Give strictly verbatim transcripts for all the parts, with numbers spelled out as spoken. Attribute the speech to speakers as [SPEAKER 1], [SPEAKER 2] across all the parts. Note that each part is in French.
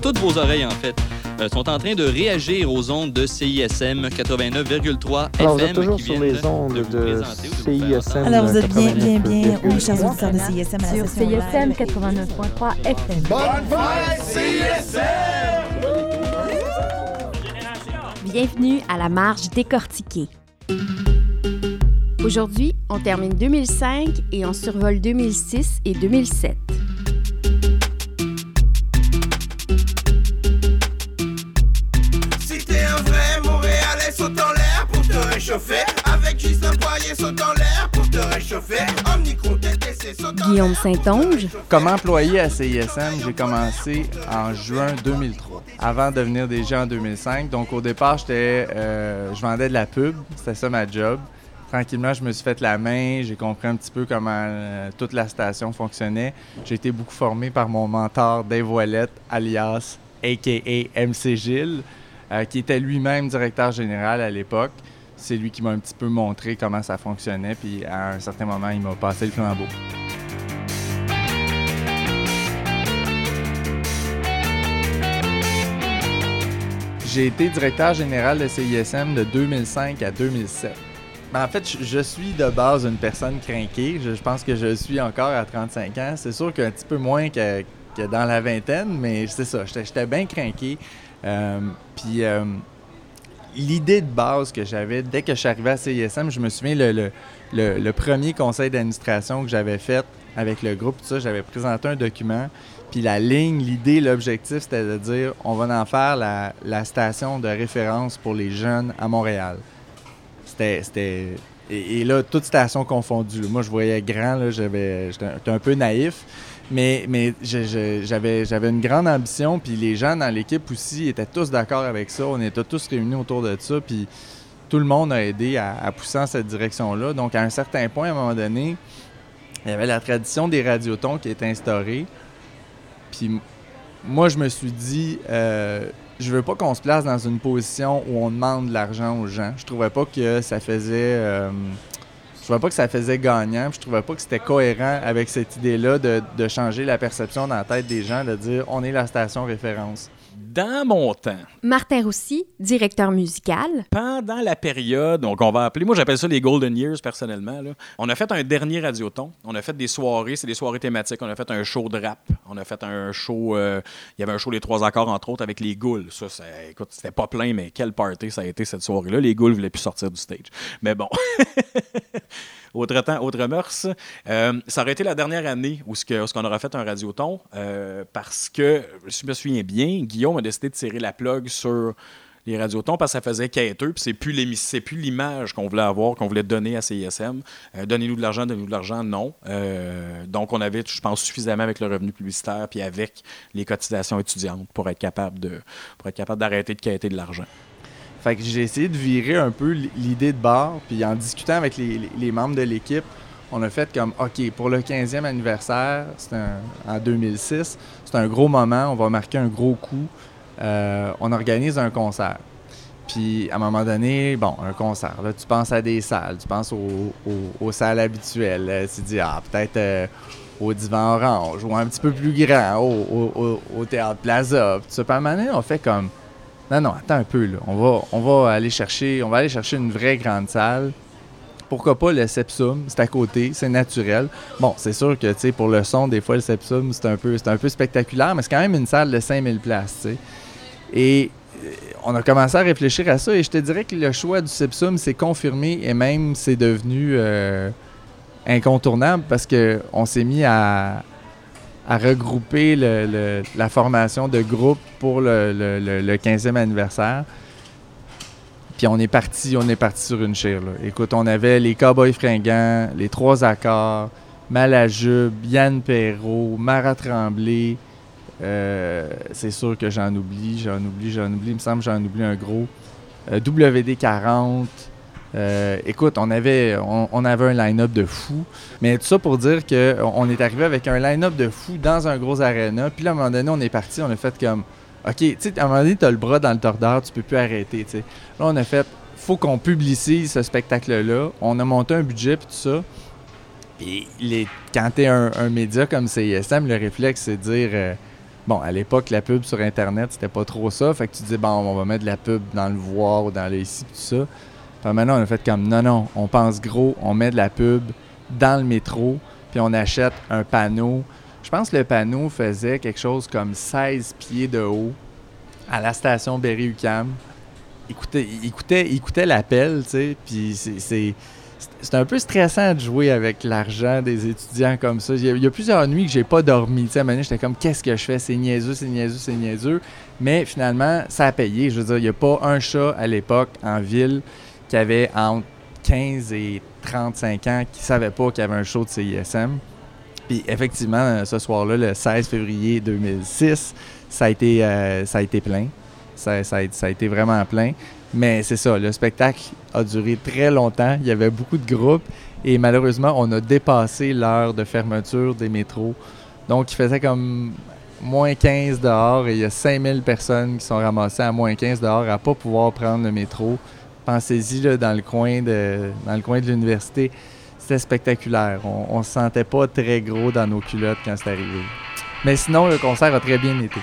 [SPEAKER 1] toutes vos oreilles, en fait, euh, sont en train de réagir aux ondes de C I S M quatre-vingt-neuf virgule trois F M.
[SPEAKER 2] Alors, vous êtes toujours
[SPEAKER 1] qui
[SPEAKER 2] sur
[SPEAKER 1] viennent
[SPEAKER 2] les ondes
[SPEAKER 1] de,
[SPEAKER 2] de C I S M.
[SPEAKER 3] Alors, vous êtes bien, bien, bien, oui, chers auditeurs de C I S M, à la
[SPEAKER 4] sur C I S M quatre-vingt-neuf virgule trois F M.
[SPEAKER 5] Bonne fête, C I S M!
[SPEAKER 4] Bienvenue à la marge décortiquée. Aujourd'hui, on termine deux mille cinq et on survole deux mille six et deux mille sept.
[SPEAKER 5] Si t'es un vrai Montréalais, saute en l'air pour te réchauffer. Avec Justin Poirier, saute en l'air pour te réchauffer. Omnicron T T C, saute en l'air.
[SPEAKER 4] Guillaume Saint-Onge.
[SPEAKER 2] Comme employé à C I S M, j'ai commencé en juin deux mille trois, avant de devenir D J en deux mille cinq. Donc au départ, j'étais, euh, je vendais de la pub, c'était ça ma job. Tranquillement, je me suis fait la main, j'ai compris un petit peu comment euh, toute la station fonctionnait. J'ai été beaucoup formé par mon mentor Dave Ouellette, alias a k a. M C Gilles, euh, qui était lui-même directeur général à l'époque. C'est lui qui m'a un petit peu montré comment ça fonctionnait, puis à un certain moment, il m'a passé le flambeau. J'ai été directeur général de C I S M de deux mille cinq à deux mille sept. En fait, je suis de base une personne crinquée. Je pense que je suis encore à trente-cinq ans. C'est sûr qu'un petit peu moins que, que dans la vingtaine, mais c'est ça. J'étais, j'étais bien crinqué. Euh, puis euh, l'idée de base que j'avais dès que je suis arrivé à C I S M, je me souviens le, le, le, le premier conseil d'administration que j'avais fait avec le groupe, tout ça, j'avais présenté un document. Puis la ligne, l'idée, l'objectif, c'était de dire on va en faire la, la station de référence pour les jeunes à Montréal. C'était... c'était et, et là, toute station confondue. Moi, je voyais grand, là, j'avais, j'étais, j'étais un peu naïf, mais, mais je, je, j'avais, j'avais une grande ambition, puis les gens dans l'équipe aussi étaient tous d'accord avec ça. On était tous réunis autour de ça, puis tout le monde a aidé à, à pousser dans cette direction-là. Donc, à un certain point, à un moment donné, il y avait la tradition des radiotons qui était instaurée. Puis moi, je me suis dit, euh, je veux pas qu'on se place dans une position où on demande de l'argent aux gens. Je trouvais pas que ça faisait... Euh, je trouvais pas que ça faisait gagnant. Puis je trouvais pas que c'était cohérent avec cette idée-là de, de changer la perception dans la tête des gens, de dire, on est la station référence.
[SPEAKER 6] Dans mon temps,
[SPEAKER 4] Martin Roussy, directeur musical.
[SPEAKER 6] pendant la période, donc on va appeler, moi j'appelle ça les Golden Years personnellement, là, on a fait un dernier radioton, on a fait des soirées, c'est des soirées thématiques, on a fait un show de rap, on a fait un show, euh, il y avait un show Les Trois Accords entre autres avec les Ghouls. Ça, ça, écoute, c'était pas plein, mais quel party ça a été cette soirée-là. Les Ghouls voulaient plus sortir du stage. Mais bon... Autre temps, autre mœurs. Euh, ça aurait été la dernière année où ce que, ce qu'on aurait fait un radioton euh, parce que, je me souviens bien, Guillaume a décidé de tirer la plug sur les radiotons parce que ça faisait quêteux, puis c'est plus, c'est plus l'image qu'on voulait avoir, qu'on voulait donner à C I S M. Euh, donnez-nous de l'argent, donnez-nous de l'argent, non. Euh, donc, on avait, je pense, suffisamment avec le revenu publicitaire puis avec les cotisations étudiantes pour être capable de, pour être capable d'arrêter de quêter de l'argent.
[SPEAKER 2] Fait que j'ai essayé de virer un peu l'idée de bar, puis en discutant avec les, les, les membres de l'équipe, on a fait comme, OK, pour le quinzième anniversaire, c'est un, en deux mille six, c'est un gros moment, on va marquer un gros coup, euh, on organise un concert. Puis à un moment donné, bon, un concert, là, tu penses à des salles, tu penses aux, aux, aux salles habituelles, là, tu te dis, ah, peut-être euh, au Divan Orange, ou un petit peu plus grand, au, au, au, au Théâtre Plaza, puis ça, puis à un moment donné, on fait comme... Non, non, attends un peu, là. On va, on va aller chercher, on va aller chercher une vraie grande salle. Pourquoi pas le Sepsum? C'est à côté, c'est naturel. Bon, c'est sûr que, tu sais, pour le son, des fois, le Sepsum, c'est un peu, c'est un peu spectaculaire, mais c'est quand même une salle de cinq mille places, tu sais. Et on a commencé à réfléchir à ça, et je te dirais que le choix du Sepsum s'est confirmé, et même c'est devenu euh, incontournable, parce qu'on s'est mis à... à regrouper le, le, la formation de groupe pour le, le, le quinzième anniversaire. Puis on est parti, on est parti sur une chire, là. Écoute, on avait les Cowboys Fringants, les Trois Accords, Malajube, Yann Perrault, Marat Tremblay. Euh, c'est sûr que j'en oublie, j'en oublie, j'en oublie. Il me semble que j'en oublie un gros. Euh, W D quarante. Euh, écoute, on avait, on, on avait un line-up de fou. Mais tout ça pour dire qu'on est arrivé avec un line-up de fou dans un gros aréna. Puis là, à un moment donné, on est parti, on a fait comme... OK, tu sais, à un moment donné, t'as le bras dans le tordeur, tu peux plus arrêter, tu sais. Là, on a fait... Faut qu'on publicise ce spectacle-là. On a monté un budget puis tout ça. Puis les, quand t'es un, un média comme C I S M, le réflexe, c'est de dire... Euh, Bon, à l'époque, la pub sur Internet, c'était pas trop ça. Fait que tu disais, bon, on va mettre de la pub dans le voir ou dans le ici, tout ça. Puis maintenant, on a fait comme, non, non, on pense gros, on met de la pub dans le métro, puis on achète un panneau. Je pense que le panneau faisait quelque chose comme seize pieds de haut à la station Berry-UQAM. Écoutez, écoutez, écoutez l'appel, tu sais, puis c'est, c'est, c'est un peu stressant de jouer avec l'argent des étudiants comme ça. Il y a, il y a plusieurs nuits que j'ai pas dormi. Tu sais, à un moment donné, j'étais comme, qu'est-ce que je fais? C'est niaiseux, c'est niaiseux, c'est niaiseux. Mais finalement, ça a payé. Je veux dire, il n'y a pas un chat à l'époque en ville qui avait entre quinze et trente-cinq ans qui ne savait pas qu'il y avait un show de C I S M. Puis effectivement, ce soir-là, le seize février deux mille six, ça a été, euh, ça a été plein. Ça, ça, a, ça a été vraiment plein. Mais c'est ça, le spectacle a duré très longtemps. Il y avait beaucoup de groupes. Et malheureusement, on a dépassé l'heure de fermeture des métros. Donc, il faisait comme moins quinze dehors. Et il y a cinq mille personnes qui sont ramassées à moins quinze dehors à ne pas pouvoir prendre le métro. Pensez-y, là, dans le coin de, dans le coin de l'université. C'était spectaculaire. On ne se sentait pas très gros dans nos culottes quand c'est arrivé. Mais sinon, le concert a très bien été.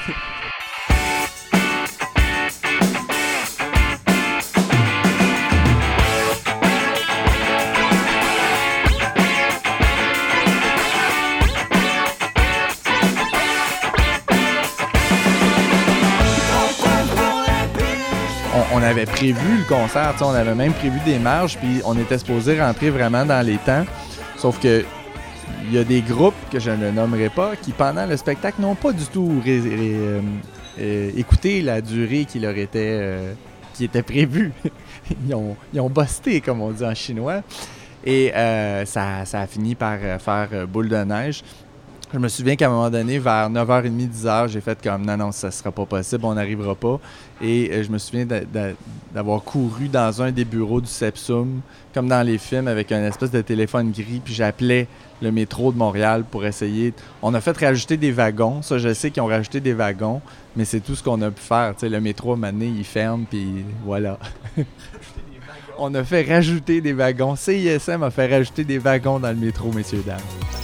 [SPEAKER 2] On avait prévu le concert, on avait même prévu des marches, puis on était supposé rentrer vraiment dans les temps. Sauf que il y a des groupes que je ne nommerai pas qui, pendant le spectacle, n'ont pas du tout ré- ré- euh, euh, écouté la durée qui leur était, euh, qui était prévue. ils, ont, ils ont busté, comme on dit en chinois. Et euh, ça, ça a fini par faire euh, boule de neige. Je me souviens qu'à un moment donné, vers neuf heures trente, dix heures, j'ai fait comme « Non, non, ça ne sera pas possible, on n'arrivera pas. » Et euh, je me souviens d'a- d'a- d'avoir couru dans un des bureaux du Sepsum, comme dans les films, avec un espèce de téléphone gris, puis j'appelais le métro de Montréal pour essayer. On a fait rajouter des wagons. Ça, je sais qu'ils ont rajouté des wagons, mais c'est tout ce qu'on a pu faire. Tu sais, le métro, à un moment donné, il ferme, puis voilà. On a fait rajouter des wagons. C I S M a fait rajouter des wagons dans le métro, messieurs, dames.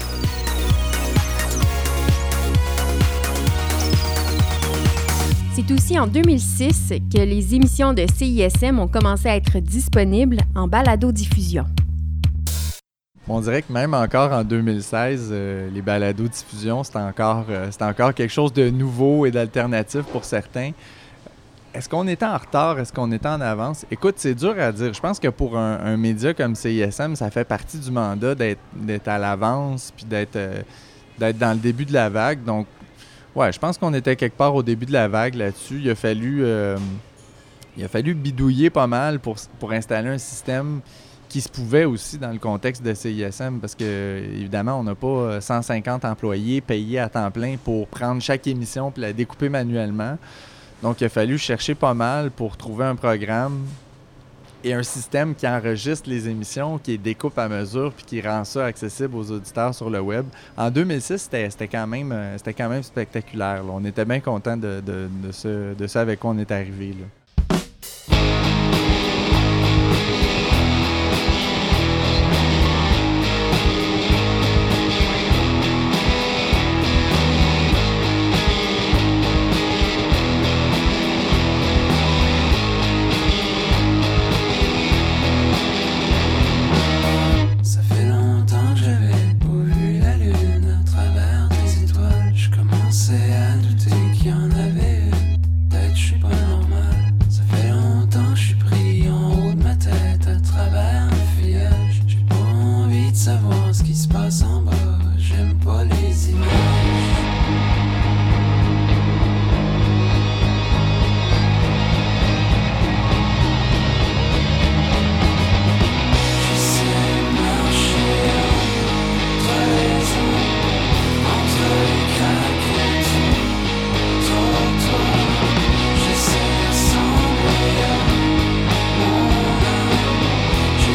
[SPEAKER 4] C'est aussi en deux mille six que les émissions de C I S M ont commencé à être disponibles en balado-diffusion.
[SPEAKER 2] On dirait que même encore en deux mille seize, euh, les balados-diffusion, c'est encore, euh, c'est encore quelque chose de nouveau et d'alternatif pour certains. Est-ce qu'on était en retard? Est-ce qu'on était en avance? Écoute, c'est dur à dire. Je pense que pour un, un média comme C I S M, ça fait partie du mandat d'être, d'être à l'avance puis d'être, euh, d'être dans le début de la vague. Donc, ouais, je pense qu'on était quelque part au début de la vague là-dessus. Il a fallu, euh, il a fallu bidouiller pas mal pour, pour installer un système qui se pouvait aussi dans le contexte de C I S M parce que, évidemment, on n'a pas cent cinquante employés payés à temps plein pour prendre chaque émission et la découper manuellement. Donc, il a fallu chercher pas mal pour trouver un programme et un système qui enregistre les émissions, qui découpe à mesure puis qui rend ça accessible aux auditeurs sur le web. En deux mille six, c'était, c'était, quand, même, c'était quand même spectaculaire. Là. On était bien contents de, de, de, ce, de ça avec quoi on est arrivé. Là.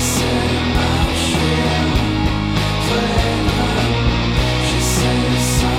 [SPEAKER 7] J'essaie de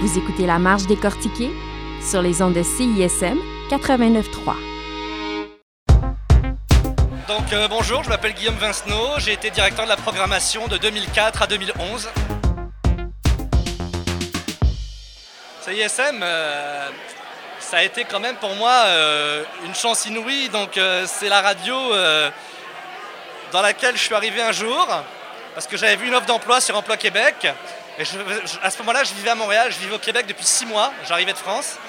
[SPEAKER 4] Vous écoutez La Marche décortiquée sur les ondes de C I S M quatre-vingt-neuf trois.
[SPEAKER 7] Donc euh, bonjour, je m'appelle Guillaume Vincenot, j'ai été directeur de la programmation de deux mille quatre à deux mille onze. C I S M, euh, ça a été quand même pour moi euh, une chance inouïe. Donc euh, c'est la radio euh, dans laquelle je suis arrivé un jour parce que j'avais vu une offre d'emploi sur Emploi Québec. Et je, je, à ce moment-là, je vivais à Montréal, je vivais au Québec depuis six mois, j'arrivais de France.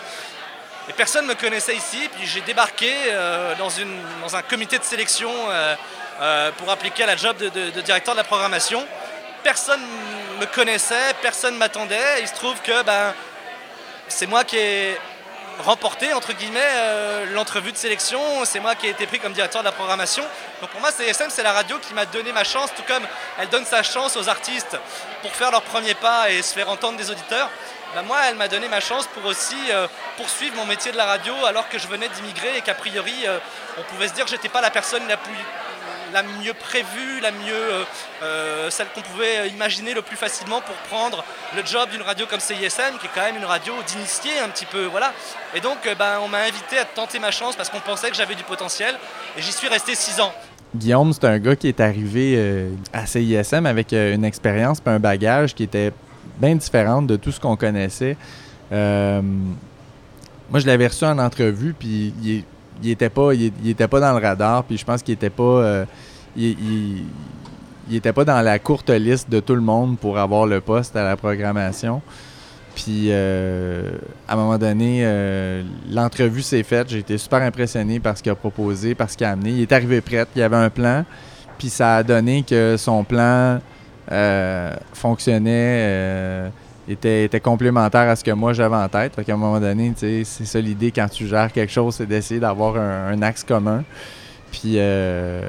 [SPEAKER 7] Et personne ne me connaissait ici, puis j'ai débarqué euh, dans, une, dans un comité de sélection euh, euh, pour appliquer à la job de, de, de directeur de la programmation. Personne me connaissait, personne ne m'attendait. Il se trouve que ben, c'est moi qui ai remporté, entre guillemets, euh, l'entrevue de sélection. C'est moi qui ai été pris comme directeur de la programmation. Donc pour moi, C I S M, c'est la radio qui m'a donné ma chance, tout comme elle donne sa chance aux artistes pour faire leur premier pas et se faire entendre des auditeurs. Ben moi, elle m'a donné ma chance pour aussi euh, poursuivre mon métier de la radio alors que je venais d'immigrer et qu'a priori, euh, on pouvait se dire que j'étais pas la personne la plus, la mieux prévue, la mieux, euh, euh, celle qu'on pouvait imaginer le plus facilement pour prendre le job d'une radio comme C I S M, qui est quand même une radio d'initié un petit peu, voilà. Et donc, euh, ben, on m'a invité à tenter ma chance parce qu'on pensait que j'avais du potentiel et j'y suis resté six ans.
[SPEAKER 2] Guillaume, c'est un gars qui est arrivé euh, à C I S M avec euh, une expérience et un bagage qui était bien différente de tout ce qu'on connaissait. Euh, moi, je l'avais reçu en entrevue, puis il, il était pas, il, il était pas dans le radar, puis je pense qu'il était pas, euh, il, il, il était pas dans la courte liste de tout le monde pour avoir le poste à la programmation. Puis, euh, à un moment donné, euh, l'entrevue s'est faite. J'ai été super impressionné par ce qu'il a proposé, par ce qu'il a amené. Il est arrivé prêt, il y avait un plan, puis ça a donné que son plan Euh, fonctionnait, euh, était, était complémentaire à ce que moi j'avais en tête. Fait qu'à un moment donné, c'est ça l'idée quand tu gères quelque chose, c'est d'essayer d'avoir un, un axe commun. Puis euh,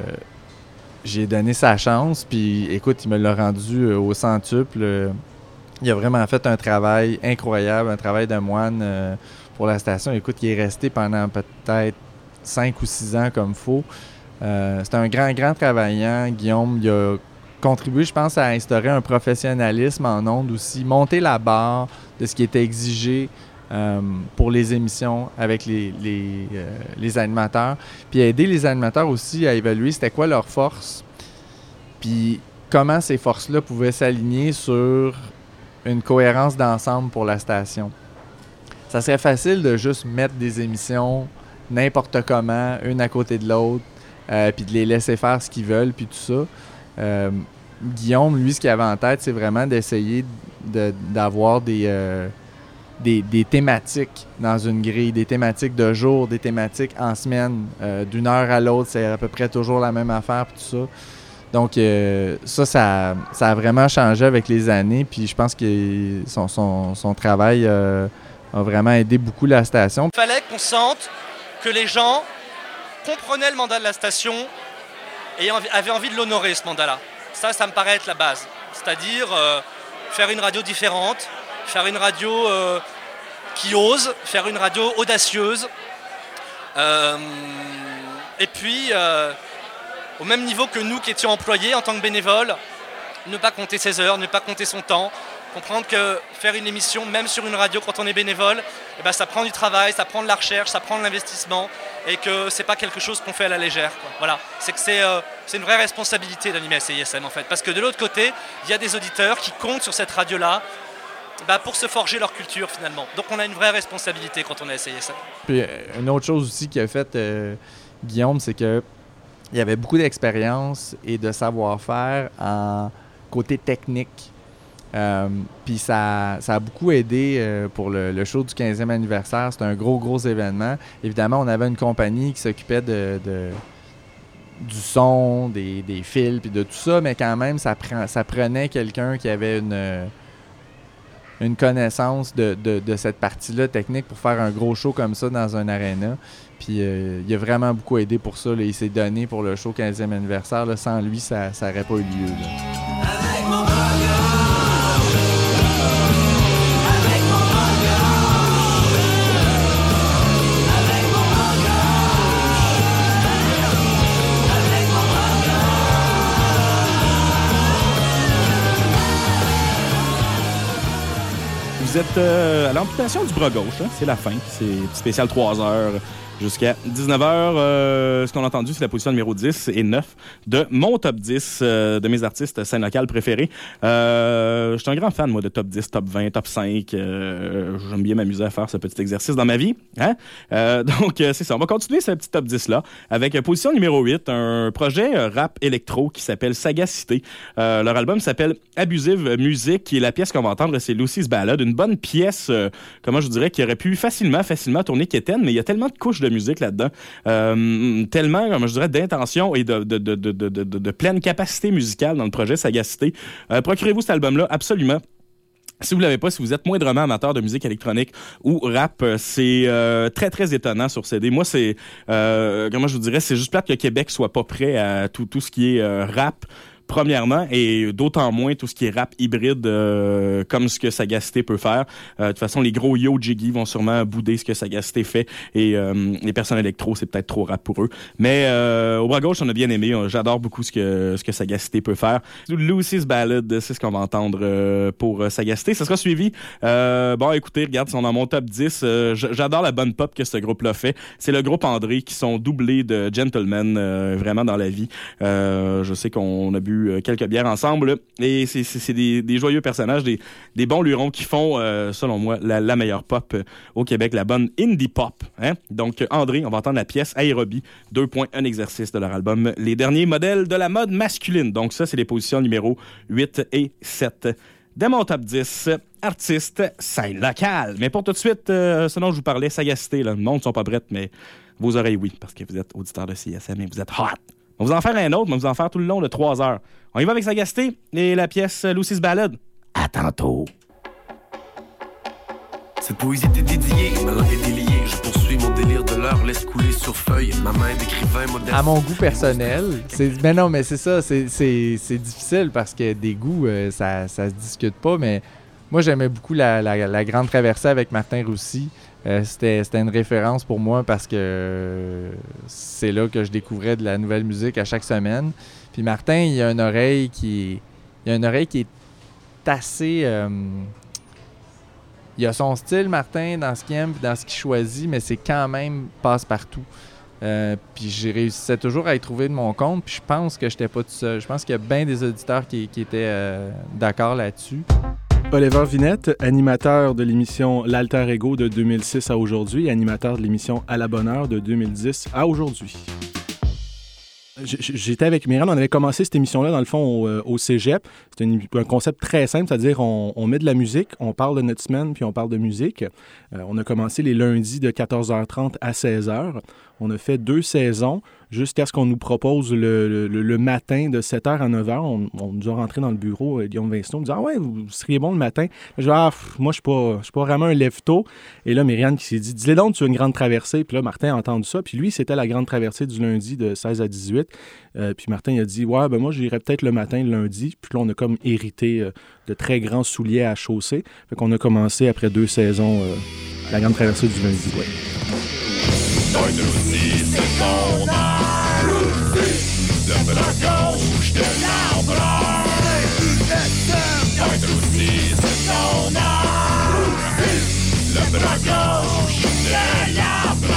[SPEAKER 2] j'ai donné sa chance, puis écoute, il me l'a rendu au centuple. Il a vraiment fait un travail incroyable, un travail de moine euh, pour la station. Écoute, il est resté pendant peut-être cinq ou six ans comme il faut. Euh, c'est un grand, grand travaillant. Guillaume, il a contribuer, je pense, à instaurer un professionnalisme en ondes aussi, monter la barre de ce qui était exigé euh, pour les émissions avec les, les, euh, les animateurs, puis aider les animateurs aussi à évaluer c'était quoi leurs forces, puis comment ces forces-là pouvaient s'aligner sur une cohérence d'ensemble pour la station. Ça serait facile de juste mettre des émissions n'importe comment, une à côté de l'autre, euh, puis de les laisser faire ce qu'ils veulent, puis tout ça. Euh, Guillaume, lui, ce qu'il avait en tête, c'est vraiment d'essayer de, d'avoir des, euh, des, des thématiques dans une grille, des thématiques de jour, des thématiques en semaine. Euh, d'une heure à l'autre, c'est à peu près toujours la même affaire, puis tout ça. Donc, euh, ça, ça, ça a vraiment changé avec les années, puis je pense que son, son, son travail euh, a vraiment aidé beaucoup la station.
[SPEAKER 7] Il fallait qu'on sente que les gens comprenaient le mandat de la station et avaient envie de l'honorer, ce mandat-là. Ça, ça me paraît être la base. C'est-à-dire euh, faire une radio différente, faire une radio euh, qui ose, faire une radio audacieuse. Euh, et puis, euh, au même niveau que nous qui étions employés en tant que bénévoles, ne pas compter ses heures, ne pas compter son temps. Comprendre que faire une émission, même sur une radio quand on est bénévole, eh ben, ça prend du travail, ça prend de la recherche, ça prend de l'investissement et que c'est pas quelque chose qu'on fait à la légère, quoi. Voilà, c'est que c'est, euh, c'est une vraie responsabilité d'animer à C I S M en fait, parce que de l'autre côté, il y a des auditeurs qui comptent sur cette radio-là bah, pour se forger leur culture finalement. Donc on a une vraie responsabilité quand on est à C I S M.
[SPEAKER 2] Puis une autre chose aussi qu'il a fait euh, Guillaume, c'est que il y avait beaucoup d'expérience et de savoir-faire en côté technique. Euh, puis ça, ça a beaucoup aidé euh, pour le, le show du quinzième anniversaire. C'était un gros, gros événement. Évidemment, on avait une compagnie qui s'occupait de, de, du son, des, des fils, puis de tout ça, mais quand même, ça, prend, ça prenait quelqu'un qui avait une, une connaissance de, de, de cette partie-là technique pour faire un gros show comme ça dans un aréna. Puis euh, il a vraiment beaucoup aidé pour ça. Là. Il s'est donné pour le show quinzième anniversaire. Là. Sans lui, ça n'aurait pas eu lieu. Là. Avec mon
[SPEAKER 8] Vous êtes euh, à l'amputation du bras gauche. Hein? C'est la fin. C'est spécial trois heures. Jusqu'à dix-neuf heures, euh, ce qu'on a entendu, c'est la position numéro dix et neuf de mon top dix euh, de mes artistes scène locale préférés. Euh, je suis un grand fan, moi, de top dix, top vingt, top cinq. Euh, j'aime bien m'amuser à faire ce petit exercice dans ma vie. Hein? Euh, donc, euh, c'est ça. On va continuer ce petit top dix-là avec euh, position numéro huit, un projet euh, rap électro qui s'appelle Sagacité. Euh, leur album s'appelle Abusive Music et la pièce qu'on va entendre, c'est Lucy's Ballad. Une bonne pièce, euh, comment je dirais, qui aurait pu facilement, facilement tourner Kéten, mais il y a tellement de couches de musique là-dedans. Euh, tellement, comme je dirais, d'intention et de, de, de, de, de, de, de pleine capacité musicale dans le projet Sagacité. Euh, procurez-vous cet album-là, absolument. Si vous ne l'avez pas, si vous êtes moindrement amateur de musique électronique ou rap, c'est euh, très, très étonnant sur C D. Moi, c'est, euh, comment je vous dirais, c'est juste plate que Québec soit pas prêt à tout, tout ce qui est euh, rap. Premièrement, et d'autant moins tout ce qui est rap hybride, euh, comme ce que Sagacité peut faire. Euh, de toute façon, les gros Yo Jiggy vont sûrement bouder ce que Sagacité fait, et euh, les personnes électro, c'est peut-être trop rap pour eux. Mais euh, au bras gauche, on a bien aimé. J'adore beaucoup ce que ce que Sagacité peut faire. Lucy's Ballad, c'est ce qu'on va entendre euh, pour euh, Sagacité. Ça sera suivi. Euh, bon, écoutez, regarde, ils sont dans mon top dix. Euh, j'adore la bonne pop que ce groupe-là fait. C'est le groupe André qui sont doublés de gentlemen, euh, vraiment dans la vie. Euh, je sais qu'on a bu quelques bières ensemble et c'est, c'est, c'est des, des joyeux personnages, des, des bons lurons qui font, euh, selon moi, la, la meilleure pop au Québec, la bonne indie pop. Hein? Donc, André, on va entendre la pièce Aérobie, deux points, un exercice de leur album Les derniers modèles de la mode masculine. Donc, ça, c'est les positions numéro huit et sept. De mon top dix, artiste, scène locale. Mais pour tout de suite, euh, ce dont je vous parlais, Sagacité, là, le monde ne sont pas prêts, mais vos oreilles, oui, parce que vous êtes auditeur de C S M et vous êtes hot. On va vous en faire un autre, mais on va vous en faire tout le long de trois heures. On y va avec Sagacité et la pièce Lucy's Ballad. À tantôt.
[SPEAKER 9] Cette poésie t'est dédiée, ma langue est déliée. Je poursuis mon délire de l'heure, laisse couler sur feuille. Ma main d'écrivain moderne.
[SPEAKER 2] À mon goût personnel, c'est... mais non, mais c'est ça, c'est, c'est, c'est difficile parce que des goûts, euh, ça, ça se discute pas, mais moi j'aimais beaucoup la, la, la Grande Traversée avec Martin Roussy. Euh, c'était, c'était une référence pour moi parce que euh, c'est là que je découvrais de la nouvelle musique à chaque semaine. Puis Martin, il a une oreille qui est, il a une oreille qui est assez... Euh, il a son style, Martin, dans ce qu'il aime et dans ce qu'il choisit, mais c'est quand même passe-partout. Euh, puis j'ai réussi toujours à y trouver de mon compte, puis je pense que j'étais pas tout seul. Je pense qu'il y a bien des auditeurs qui, qui étaient euh, d'accord là-dessus.
[SPEAKER 10] Oliver Vinette, animateur de l'émission L'Alter Ego de deux mille six à aujourd'hui et animateur de l'émission À la bonne heure de deux mille dix à aujourd'hui. J'étais avec Myriam, on avait commencé cette émission-là, dans le fond, au, au cégep. C'est une, un concept très simple, c'est-à-dire on, on met de la musique, on parle de notre semaine, puis on parle de musique. Euh, on a commencé les lundis de quatorze heures trente à seize heures. On a fait deux saisons jusqu'à ce qu'on nous propose le, le, le matin de sept heures à neuf heures. On, on nous a rentré dans le bureau, Guillaume Vincent, on nous dit « Ah ouais, vous seriez bon le matin. » Je dis « Ah, pff, moi, je ne suis pas vraiment un lève-tôt. » Et là, Myriam qui s'est dit « Dis-le donc, tu as une grande traversée. » Puis là, Martin a entendu ça. Puis lui, c'était la grande traversée du lundi de seize à dix-huit. Euh, puis Martin, il a dit « Ouais, ben moi, j'irais peut-être le matin, le lundi. » Puis là, on a comme hérité euh, de très grands souliers à chausser. Fait qu'on a commencé, après deux saisons, euh, la grande traversée du lundi. Ouais.
[SPEAKER 5] C'est ton art. Le bras gauche de l'arbre. Pointe aussi, c'est ton art. Le bras gauche de l'arbre.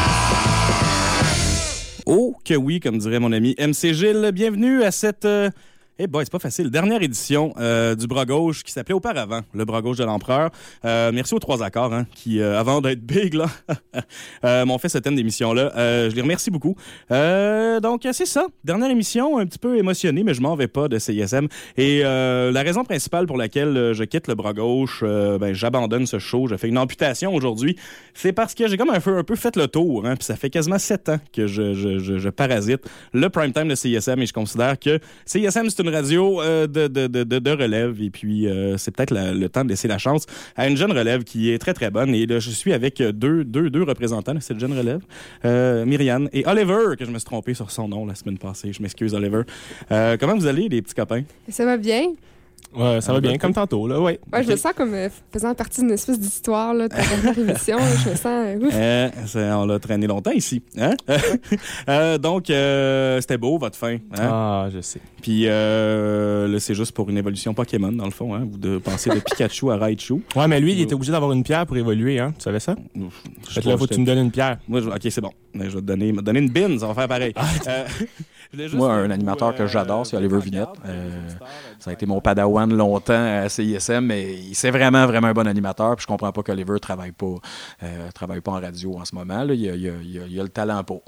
[SPEAKER 8] Oh que oui, comme dirait mon ami M C Gilles. Bienvenue à cette... Euh... Eh boy, c'est pas facile. Dernière édition euh, du Bras Gauche qui s'appelait auparavant le Bras Gauche de l'Empereur. Euh, merci aux trois accords hein, qui, euh, avant d'être big, là, euh, m'ont fait ce thème d'émission-là. Euh, je les remercie beaucoup. Euh, donc, c'est ça. Dernière émission, un petit peu émotionné, mais je m'en vais pas de C I S M. Et euh, la raison principale pour laquelle je quitte le Bras Gauche, euh, ben, j'abandonne ce show, je fais une amputation aujourd'hui, c'est parce que j'ai comme un peu, un peu fait le tour. Hein, puis ça fait quasiment sept ans que je, je, je, je parasite le prime time de C I S M et je considère que C I S M, c'est une radio euh, de, de, de, de relève et puis euh, c'est peut-être la, le temps de laisser la chance à une jeune relève qui est très très bonne et là je suis avec deux, deux, deux représentants de cette jeune relève, euh, Myriam et Oliver, que je me suis trompé sur son nom la semaine passée, je m'excuse Oliver. Euh, comment vous allez les petits copains?
[SPEAKER 4] Ça va bien.
[SPEAKER 11] Ouais, ça va bien, comme tantôt, là, ouais.
[SPEAKER 12] Ouais, je me sens comme euh, faisant partie d'une espèce d'histoire, là, de ta dernière émission. Là, je me sens... Euh, ouf.
[SPEAKER 8] Euh, c'est- on l'a traîné longtemps ici. Hein? Euh, donc, euh, c'était beau, votre fin. Hein?
[SPEAKER 11] Ah, je sais.
[SPEAKER 8] Puis, euh, là, c'est juste pour une évolution Pokémon, dans le fond. Hein? Vous de passer de Pikachu à Raichu.
[SPEAKER 11] Ouais, mais lui, il était obligé d'avoir une pierre pour évoluer, hein? Tu savais ça?
[SPEAKER 8] Je
[SPEAKER 11] Fait que là, faut que tu me donnes une pierre.
[SPEAKER 8] Moi, je... OK, c'est bon. Je vais te donner, me donner une bine, ça va faire pareil. Euh, je voulais juste
[SPEAKER 6] Moi,
[SPEAKER 8] faire
[SPEAKER 6] un
[SPEAKER 8] vous,
[SPEAKER 6] animateur
[SPEAKER 8] euh,
[SPEAKER 6] que j'adore, c'est Oliver
[SPEAKER 8] remettre en
[SPEAKER 6] Vinette.
[SPEAKER 8] garde,
[SPEAKER 6] Euh,
[SPEAKER 8] euh,
[SPEAKER 6] ça a été mon padawan longtemps à C I S M, mais il- c'est vraiment, vraiment un bon animateur. Puis je comprends pas qu'Oliver travaille pas, euh, travaille pas en radio en ce moment. Là. Il, a, il a- il a- il a le talent pour.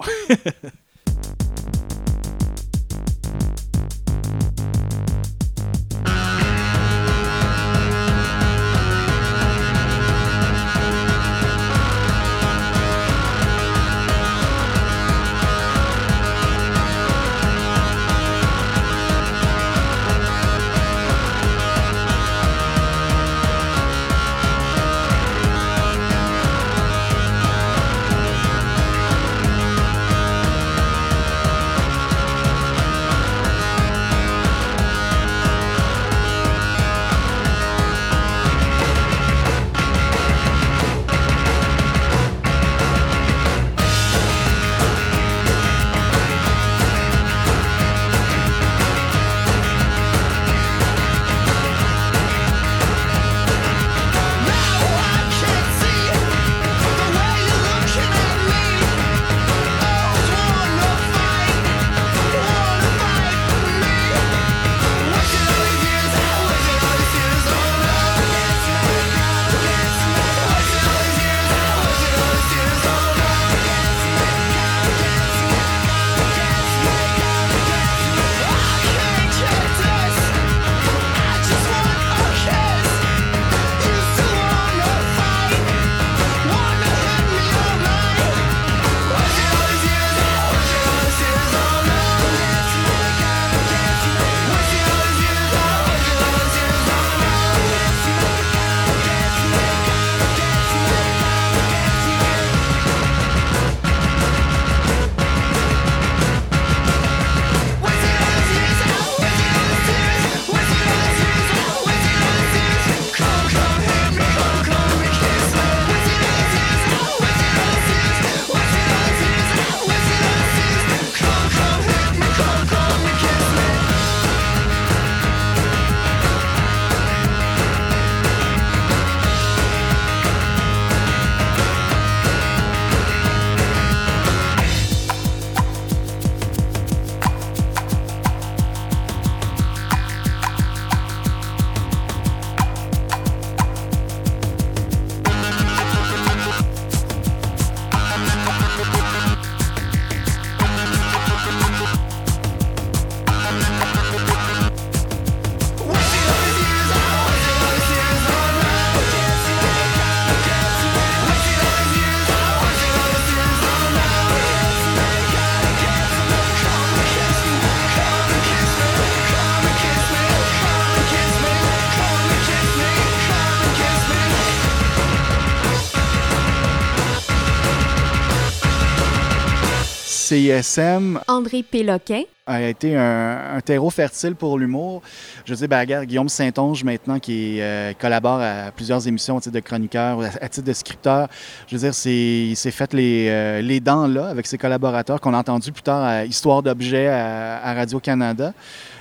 [SPEAKER 13] C I S M
[SPEAKER 4] André Péloquin.
[SPEAKER 13] a été un, un terreau fertile pour l'humour. Je veux dire, ben, regarde, Guillaume Saint-Onge, maintenant, qui euh, collabore à plusieurs émissions à titre de chroniqueur, à, à titre de scripteur. Je veux dire, c'est, il s'est fait les, euh, les dents là avec ses collaborateurs qu'on a entendus plus tard à Histoire d'objets à, à Radio-Canada.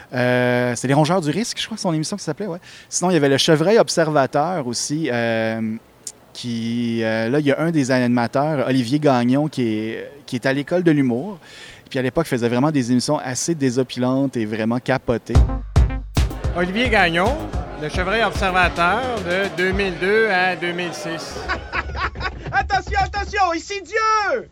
[SPEAKER 13] Euh, c'est Les Rongeurs du Risque, je crois, son émission qui s'appelait, ouais. Sinon, il y avait Le Chevreuil Observateur aussi, euh, qui, euh, là, il y a un des animateurs, Olivier Gagnon, qui est, qui est à l'école de l'humour. Puis à l'époque, il faisait vraiment des émissions assez désopilantes et vraiment capotées.
[SPEAKER 14] Olivier Gagnon, Le Chevreuil Observateur de deux mille deux à deux mille six.
[SPEAKER 5] Attention, attention, ici Dieu!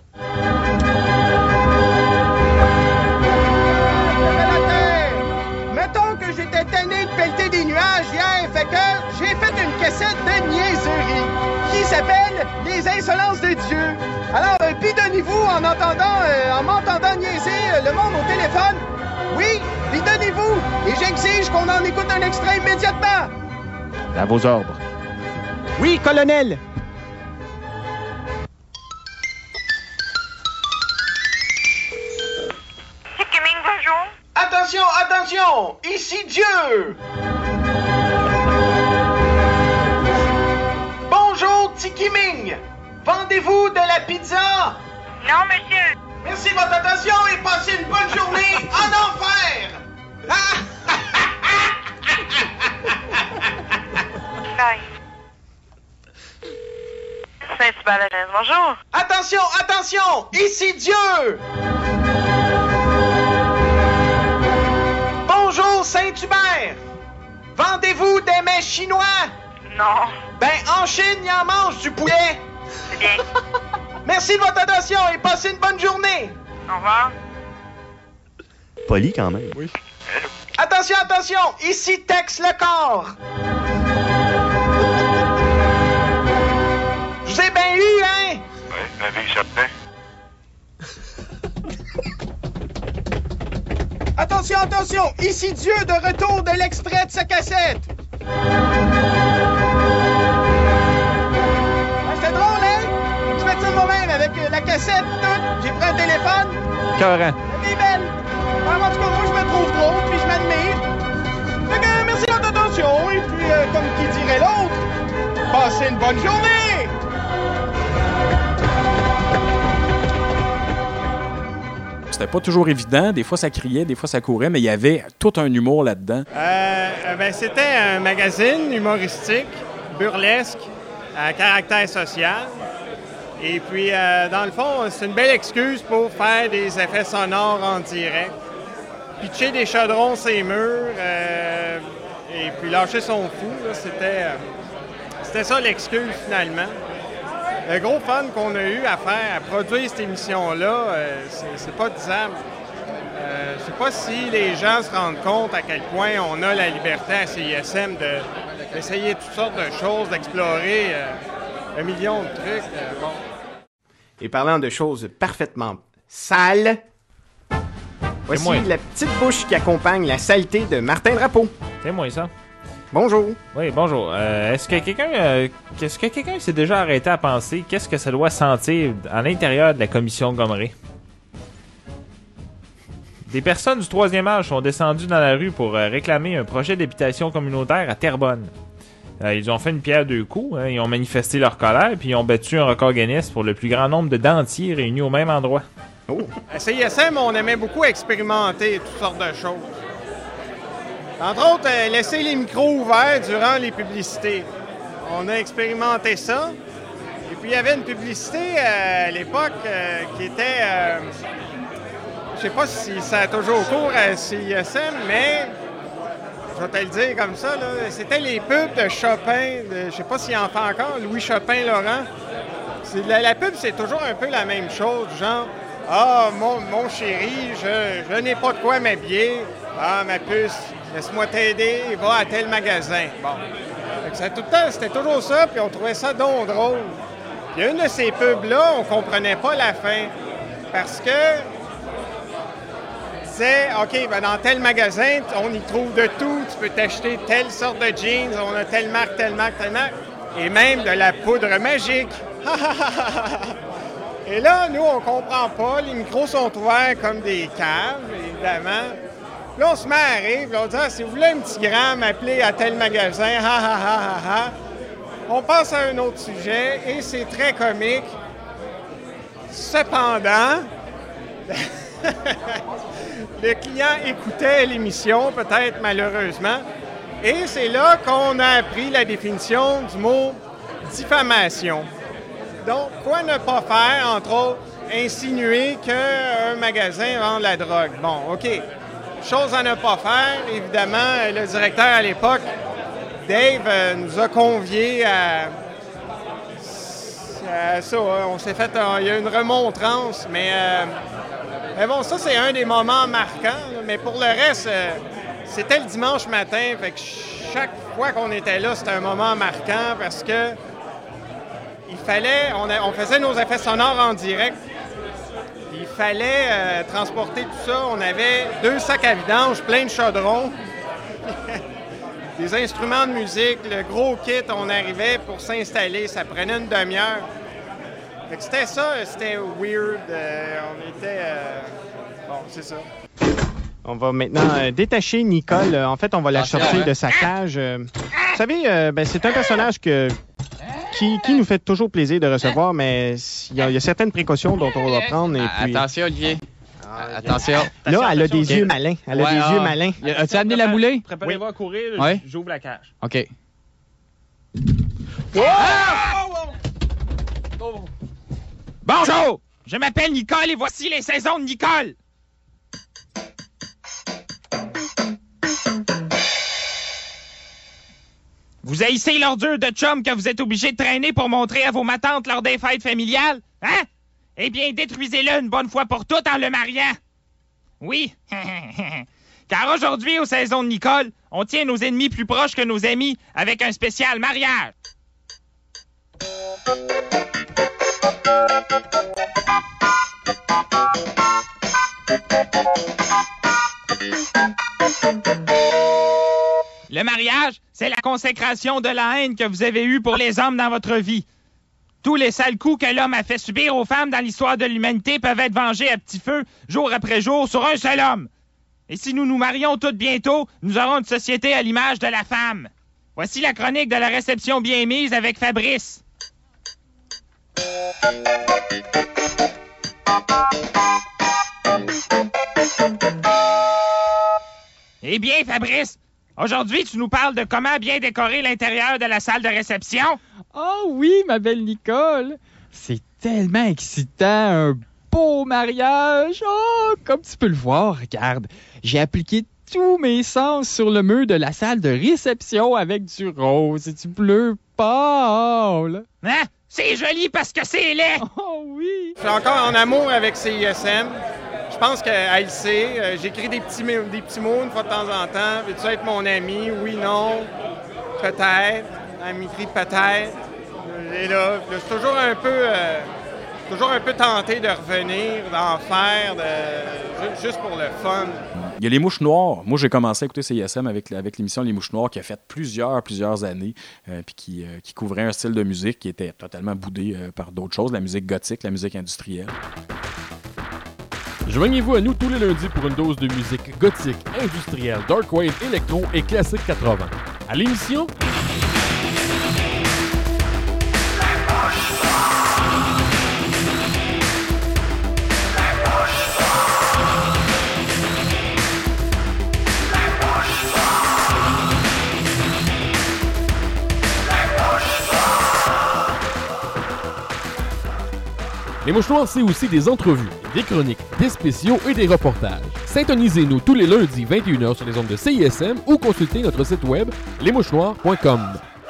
[SPEAKER 5] Mettons que j'étais tanné de pelleter des nuages hier, fait que j'ai fait une cassette de niaiserie qui s'appelle Les Insolences de Dieu. Alors, euh, bidonnez-vous en entendant, euh, en m'entendant niaiser euh, le monde au téléphone. Oui, bidonnez-vous et j'exige qu'on en écoute un extrait immédiatement.
[SPEAKER 15] À vos ordres.
[SPEAKER 5] Oui, colonel. Attention, attention, ici Dieu! Kiming, vendez-vous de la pizza?
[SPEAKER 16] Non, monsieur.
[SPEAKER 5] Merci de votre attention et passez une bonne journée en enfer!
[SPEAKER 16] Bye. Saint-Hubert-la-Jeunesse, bonjour.
[SPEAKER 5] Attention, attention! Ici Dieu! Bonjour Saint-Hubert! Vendez-vous des mets chinois?
[SPEAKER 16] Non.
[SPEAKER 5] Ben, en Chine, ils en mangent du poulet.
[SPEAKER 16] C'est bien.
[SPEAKER 5] Merci de votre attention et passez une bonne journée.
[SPEAKER 16] Au revoir.
[SPEAKER 15] Poli quand même.
[SPEAKER 5] Oui. Attention, attention! Ici Tex le corps. Je vous ai bien eu, hein?
[SPEAKER 17] Oui, la vie, certain.
[SPEAKER 5] Attention, attention! Ici Dieu de retour de l'extrait de sa cassette. Ah, c'était drôle, hein? Je fais ça moi-même avec la cassette, tout. J'ai pris un téléphone.
[SPEAKER 15] Coran.
[SPEAKER 5] Elle est belle. Alors, en tout cas, moi, je me trouve drôle, puis je m'admire. Fait que, merci de votre attention, et puis, euh, comme qui dirait l'autre, passez une bonne journée!
[SPEAKER 6] C'était pas toujours évident. Des fois, ça criait, des fois, ça courait, mais il y avait tout un humour là-dedans.
[SPEAKER 14] Euh, ben, c'était un magazine humoristique, burlesque, à caractère social. Et puis, euh, dans le fond, c'est une belle excuse pour faire des effets sonores en direct. Pitcher des chaudrons sur les murs, euh, et puis lâcher son fou. Là, c'était, euh, c'était ça l'excuse, finalement. Le gros fun qu'on a eu à faire, à produire cette émission-là, euh, c'est, c'est pas disable. Euh, je sais pas si les gens se rendent compte à quel point on a la liberté à C I S M de, d'essayer toutes sortes de choses, d'explorer euh, un million de trucs. Euh, bon.
[SPEAKER 18] Et parlant de choses parfaitement sales, voici
[SPEAKER 19] moi.
[SPEAKER 18] la petite bouche qui accompagne la saleté de Martin Drapeau.
[SPEAKER 19] C'est moi ça.
[SPEAKER 18] Bonjour.
[SPEAKER 19] Oui, bonjour. Euh, est-ce que quelqu'un euh, est-ce que quelqu'un s'est déjà arrêté à penser qu'est-ce que ça doit sentir à l'intérieur de la commission Gomery? Des personnes du troisième âge sont descendues dans la rue pour euh, réclamer un projet d'habitation communautaire à Terrebonne. Euh, ils ont fait une pierre deux coups, hein, ils ont manifesté leur colère, puis ils ont battu un record Guinness pour le plus grand nombre de dentiers réunis au même endroit.
[SPEAKER 18] Oh.
[SPEAKER 14] À C I S M, on aimait beaucoup expérimenter toutes sortes de choses. Entre autres, euh, laisser les micros ouverts durant les publicités. On a expérimenté ça. Et puis, il y avait une publicité euh, à l'époque euh, qui était... Euh, je sais pas si ça a toujours cours à C I S M, mais... Je vais te le dire comme ça, là. C'était les pubs de Chopin, de, je sais pas s'il en fait encore, Louis Chopin-Laurent. C'est, la, la pub, c'est toujours un peu la même chose, genre « Ah, mon, mon chéri, je, je n'ai pas de quoi m'habiller. Ah, ma puce, laisse-moi t'aider, va à tel magasin. » Bon. Fait que ça, tout le temps, c'était toujours ça, puis on trouvait ça donc drôle. Puis une de ces pubs-là, on comprenait pas la fin, parce que... disait, OK, ben dans tel magasin, on y trouve de tout. Tu peux t'acheter telle sorte de jeans, on a telle marque, telle marque, telle marque, et même de la poudre magique. Et là, nous, on comprend pas. Les micros sont ouverts comme des caves, évidemment. Là, on se met à rire, puis on dit, ah, si vous voulez un petit gramme, appelez à tel magasin, ha, ha, ha, ha, ha. On passe à un autre sujet, et c'est très comique. Cependant... le client écoutait l'émission, peut-être malheureusement, et c'est là qu'on a appris la définition du mot diffamation. Donc, quoi ne pas faire, entre autres, insinuer qu'un magasin vend de la drogue. Bon, OK. Chose à ne pas faire, évidemment, le directeur à l'époque, Dave, euh, nous a conviés à, à ça. Hein. On s'est fait, euh, il y a une remontrance, mais... Euh, Mais bon, ça, c'est un des moments marquants. Là. Mais pour le reste, euh, c'était le dimanche matin. Fait que chaque fois qu'on était là, c'était un moment marquant parce que il fallait... On, a, on faisait nos effets sonores en direct. Il fallait euh, transporter tout ça. On avait deux sacs à vidange, plein de chaudrons, des instruments de musique, le gros kit. On arrivait pour s'installer. Ça prenait une demi-heure. Fait que c'était ça, c'était weird. Euh, on était... Euh... Bon, c'est ça.
[SPEAKER 18] On va maintenant euh, détacher Nicole. En fait, on va la sortir de sa cage. Euh, vous savez, euh, ben, c'est un personnage que, qui, qui nous fait toujours plaisir de recevoir, mais il y, a- il y a certaines précautions dont on va prendre. Et puis...
[SPEAKER 17] Attention, Olivier. Attention.
[SPEAKER 18] Là, elle a des yeux malins. Elle a
[SPEAKER 17] Ouais,
[SPEAKER 18] des
[SPEAKER 17] ah.
[SPEAKER 18] yeux malins.
[SPEAKER 17] Y a- As-tu amené la moulée?
[SPEAKER 19] Préparez-vous à courir,
[SPEAKER 17] Ouais.
[SPEAKER 19] j'ouvre la cage.
[SPEAKER 17] OK.
[SPEAKER 20] Bonjour, je m'appelle Nicole et voici les saisons de Nicole. Vous haïssez l'ordure de chum que vous êtes obligé de traîner pour montrer à vos matantes lors des fêtes familiales? Hein? Eh bien, détruisez-le une bonne fois pour toutes en le mariant. Oui. Car aujourd'hui, aux saisons de Nicole, on tient nos ennemis plus proches que nos amis avec un spécial mariage. Le mariage, c'est la consécration de la haine que vous avez eue pour les hommes dans votre vie. Tous les sales coups que l'homme a fait subir aux femmes dans l'histoire de l'humanité peuvent être vengés à petit feu, jour après jour, sur un seul homme. Et si nous nous marions toutes bientôt, nous aurons une société à l'image de la femme. Voici la chronique de la réception bien mise avec Fabrice. Eh bien, Fabrice, aujourd'hui, tu nous parles de comment bien décorer l'intérieur de la salle de réception.
[SPEAKER 21] Oh oui, ma belle Nicole. C'est tellement excitant, un beau mariage. Oh, comme tu peux le voir, regarde, j'ai appliqué tous mes sens sur le mur de la salle de réception avec du rose et du bleu pâle.
[SPEAKER 20] Hein? C'est joli parce que c'est laid.
[SPEAKER 21] Oh oui.
[SPEAKER 14] Je suis encore en amour avec C I S M. Je pense qu'elle le sait. Euh, J'écris des petits, mo- des petits mots une fois de temps en temps. Veux-tu être mon ami? Oui, non. Peut-être. Elle m'écrit peut-être. Et là, là, c'est toujours un peu... euh, toujours un peu tenté de revenir, d'en faire, de, ju- juste pour le fun.
[SPEAKER 6] Il y a Les Mouches Noires. Moi, j'ai commencé à écouter C I S M avec, avec l'émission Les Mouches Noires qui a fait plusieurs, plusieurs années euh, puis qui, euh, qui couvrait un style de musique qui était totalement boudé euh, par d'autres choses, la musique gothique, la musique industrielle.
[SPEAKER 22] Joignez-vous à nous tous les lundis pour une dose de musique gothique, industrielle, dark wave, électro et classique quatre-vingts. À l'émission... Les Mouches Noires, c'est aussi des entrevues, des chroniques, des spéciaux et des reportages. Syntonisez-nous tous les lundis vingt et une heures sur les ondes de C I S M ou consultez notre site web les mouches noires point com.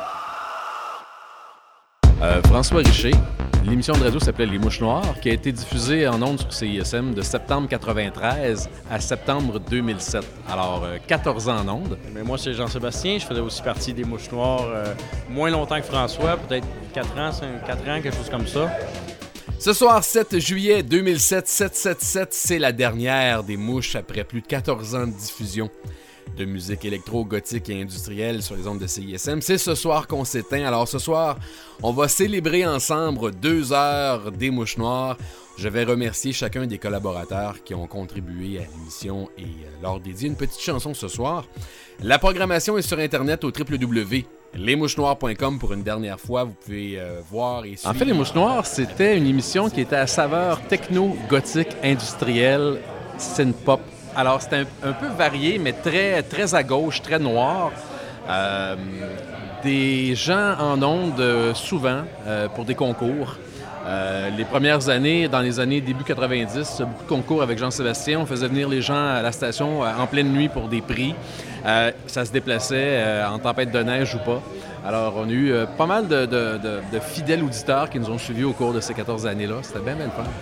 [SPEAKER 23] Euh, François Richer, l'émission de radio s'appelait Les Mouches Noires, qui a été diffusée en ondes sur C I S M de septembre quatre-vingt-treize à septembre deux mille sept. Alors, euh, quatorze ans en ondes.
[SPEAKER 24] Mais moi, c'est Jean-Sébastien. Je faisais aussi partie des Mouches Noires euh, moins longtemps que François, peut-être quatre ans, cinq, quatre ans, quelque chose comme ça.
[SPEAKER 22] Ce soir, sept juillet deux mille sept, sept cent soixante-dix-sept, c'est la dernière des Mouches après plus de quatorze ans de diffusion de musique électro, gothique et industrielle sur les ondes de C I S M. C'est ce soir qu'on s'éteint. Alors ce soir, on va célébrer ensemble deux heures des Mouches Noires. Je vais remercier chacun des collaborateurs qui ont contribué à l'émission et leur dédier une petite chanson ce soir. La programmation est sur Internet au w w w point les mouches noires point com pour une dernière fois. Vous pouvez euh, voir et suivre.
[SPEAKER 23] En fait, Les Mouches Noires, c'était une émission qui était à saveur techno, gothique, industrielle, synth-pop. Alors, c'était un, un peu varié, mais très, très à gauche, très noir. Euh, des gens en ondes, euh, souvent, euh, pour des concours. Euh, les premières années, dans les années début quatre-vingt-dix, beaucoup de concours avec Jean-Sébastien. On faisait venir les gens à la station euh, en pleine nuit pour des prix. Euh, ça se déplaçait euh, en tempête de neige ou pas. Alors, on a eu euh, pas mal de, de, de, de fidèles auditeurs qui nous ont suivis au cours de ces quatorze années-là. C'était bien, bien le fun.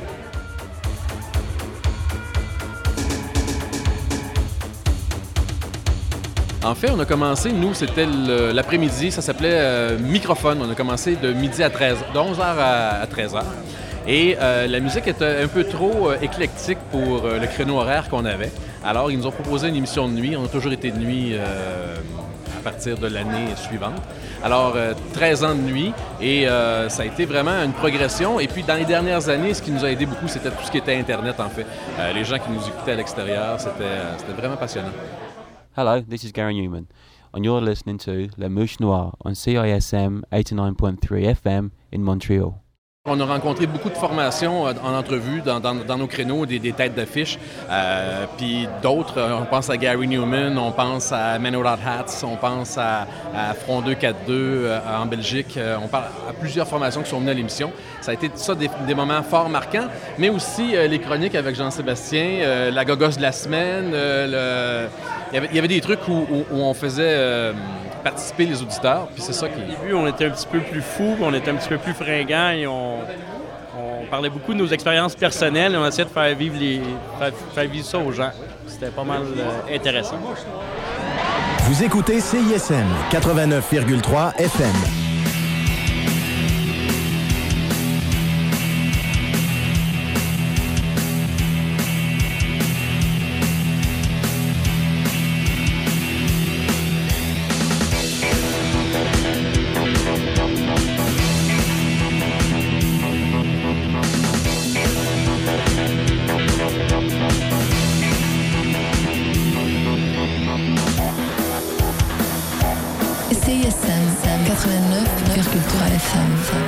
[SPEAKER 23] En fait, on a commencé, nous, c'était le- l'après-midi, ça s'appelait euh, Microphone. On a commencé de midi à treize heures, de onze heures à, à treize heures. Et euh, la musique était un peu trop euh, éclectique pour euh, le créneau horaire qu'on avait. Alors, ils nous ont proposé une émission de nuit. On a toujours été de nuit euh, à partir de l'année suivante. Alors, euh, treize ans de nuit et euh, ça a été vraiment une progression. Et puis, dans les dernières années, ce qui nous a aidé beaucoup, c'était tout ce qui était Internet, en fait. Euh, les gens qui nous écoutaient à l'extérieur, c'était, euh, c'était vraiment passionnant.
[SPEAKER 25] Hello, this is Gary Newman.
[SPEAKER 1] and you're listening to La Mouche Noire on C I S M eighty-nine point three F M in Montreal.
[SPEAKER 23] On a rencontré beaucoup de formations euh, en entrevue dans, dans, dans nos créneaux, des, des têtes d'affiche. Euh, puis d'autres, on pense à Gary Newman, on pense à Men Without Hats, on pense à, à Front deux quatre-deux euh, en Belgique. Euh, on parle à plusieurs formations qui sont venues à l'émission. Ça a été ça des, des moments fort marquants, mais aussi euh, les chroniques avec Jean-Sébastien, euh, la gogosse de la semaine. Euh, le... il, y avait, il y avait des trucs où, où, où on faisait euh, participer les auditeurs, puis c'est ça qui...
[SPEAKER 24] Au début, on était un petit peu plus fous, on était un petit peu plus fringants et on... On parlait beaucoup de nos expériences personnelles et on essayait de faire vivre, les, faire, faire vivre ça aux gens. C'était pas mal euh, intéressant.
[SPEAKER 3] Vous écoutez C I S M quatre-vingt-neuf virgule trois F M.
[SPEAKER 7] C I S M quatre-vingt-neuf virgule trois F M.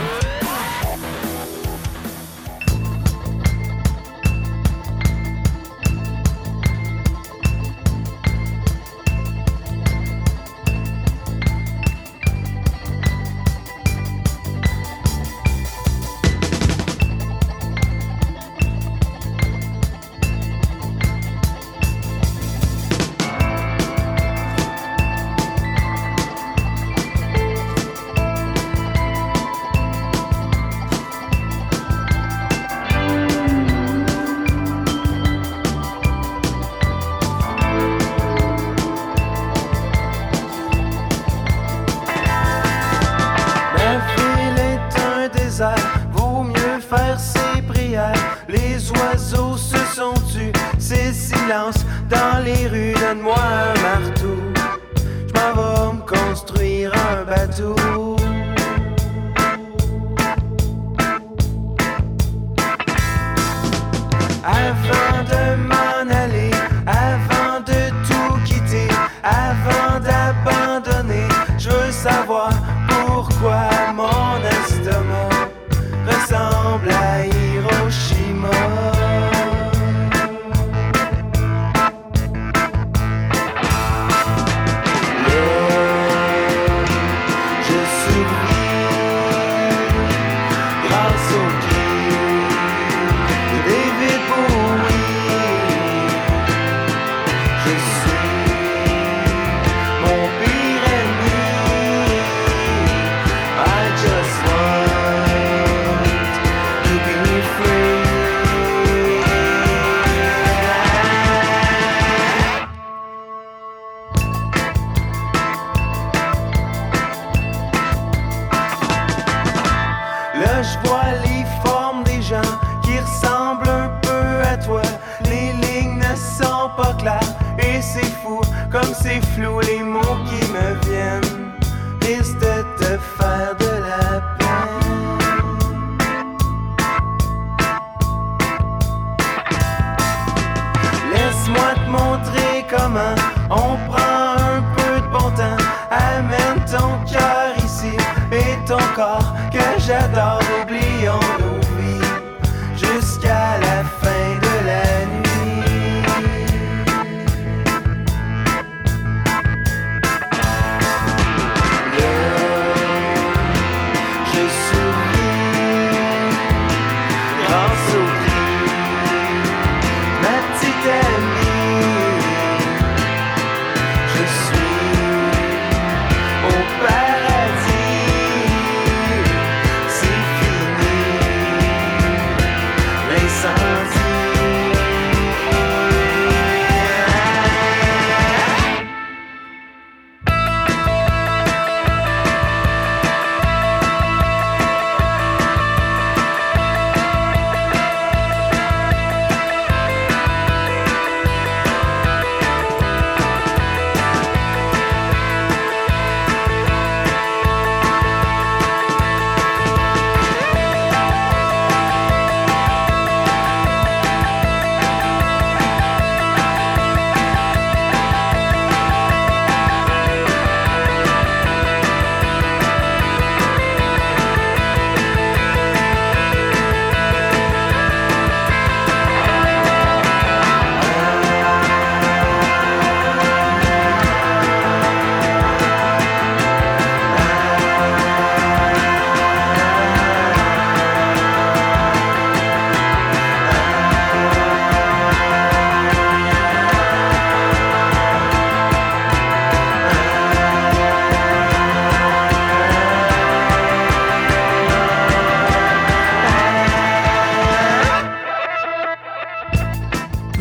[SPEAKER 9] Vaut mieux faire ses prières. Les oiseaux se sont tus, c'est silence dans les rues. Donne-moi un marteau, je m'en vais me construire un bateau. Avant de m'en aller, avant de tout quitter, avant d'abandonner, je veux savoir pourquoi mon estomac ressemble à Hiroshima. Là je vois les formes des gens qui ressemblent un peu à toi. Les lignes ne sont pas claires et c'est fou comme c'est flou. Les mots qui me viennent risquent de te faire de la peine. Laisse-moi te montrer comment on prend un peu de bon temps. Amène ton cœur ici et ton corps que j'adore. Oublions nos vies jusqu'à la fin de la nuit. Là,